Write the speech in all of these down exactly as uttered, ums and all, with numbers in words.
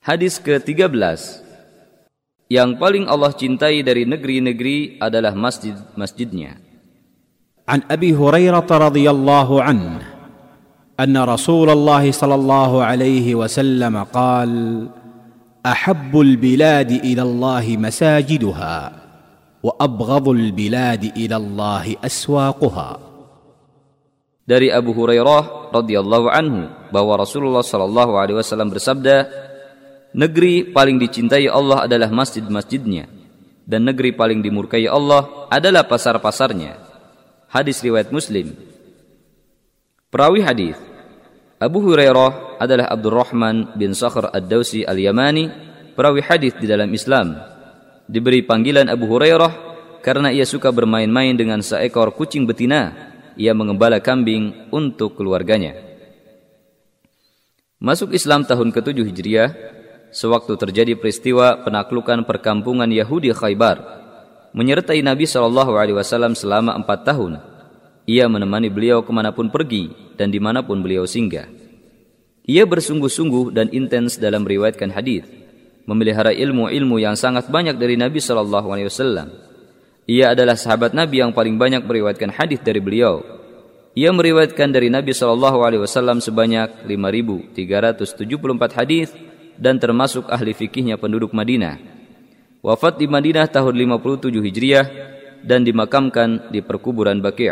Hadis ke tiga belas. Yang paling Allah cintai dari negeri-negeri adalah masjid-masjidnya. An Abi Hurairah radhiyallahu anhu anna Rasulullah sallallahu alaihi wasallam qala ahabbul biladi ila Allah masajiduha wa abghadul biladi ila Allah aswaquha. Dari Abu Hurairah radhiyallahu anhu bahwa Rasulullah sallallahu alaihi wasallam bersabda, negeri paling dicintai Allah adalah masjid-masjidnya, dan negeri paling dimurkai Allah adalah pasar-pasarnya. Hadis riwayat Muslim. Perawi hadis Abu Hurairah adalah Abdurrahman bin Sakhr ad-Dawsi al-Yamani, perawi hadis di dalam Islam. Diberi panggilan Abu Hurairah karena ia suka bermain-main dengan seekor kucing betina. Ia mengembala kambing untuk keluarganya. Masuk Islam tahun ketujuh Hijriah, sewaktu terjadi peristiwa penaklukan perkampungan Yahudi Khaybar, menyertai Nabi shallallahu alaihi wasallam selama empat tahun. Ia menemani beliau kemanapun pergi dan dimanapun beliau singgah. Ia bersungguh-sungguh dan intens dalam meriwayatkan hadis, memelihara ilmu-ilmu yang sangat banyak dari Nabi shallallahu alaihi wasallam. Ia adalah sahabat Nabi yang paling banyak meriwayatkan hadis dari beliau. Ia meriwayatkan dari Nabi shallallahu alaihi wasallam sebanyak lima ribu tiga ratus tujuh puluh empat hadis dan termasuk ahli fikihnya penduduk Madinah. Wafat di Madinah tahun lima puluh tujuh Hijriah dan dimakamkan di perkuburan Baqi'.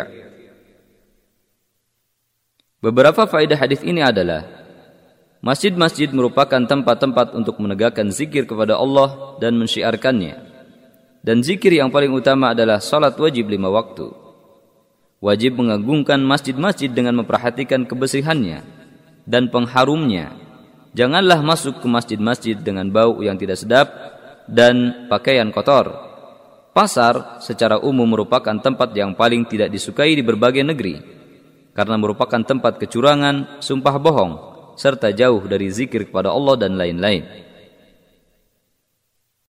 Beberapa faedah hadis ini adalah: masjid-masjid merupakan tempat-tempat untuk menegakkan zikir kepada Allah dan mensyiarkannya. Dan zikir yang paling utama adalah salat wajib lima waktu. Wajib mengagungkan masjid-masjid dengan memperhatikan kebersihannya dan pengharumnya. Janganlah masuk ke masjid-masjid dengan bau yang tidak sedap dan pakaian kotor. Pasar secara umum merupakan tempat yang paling tidak disukai di berbagai negeri, karena merupakan tempat kecurangan, sumpah bohong, serta jauh dari zikir kepada Allah dan lain-lain.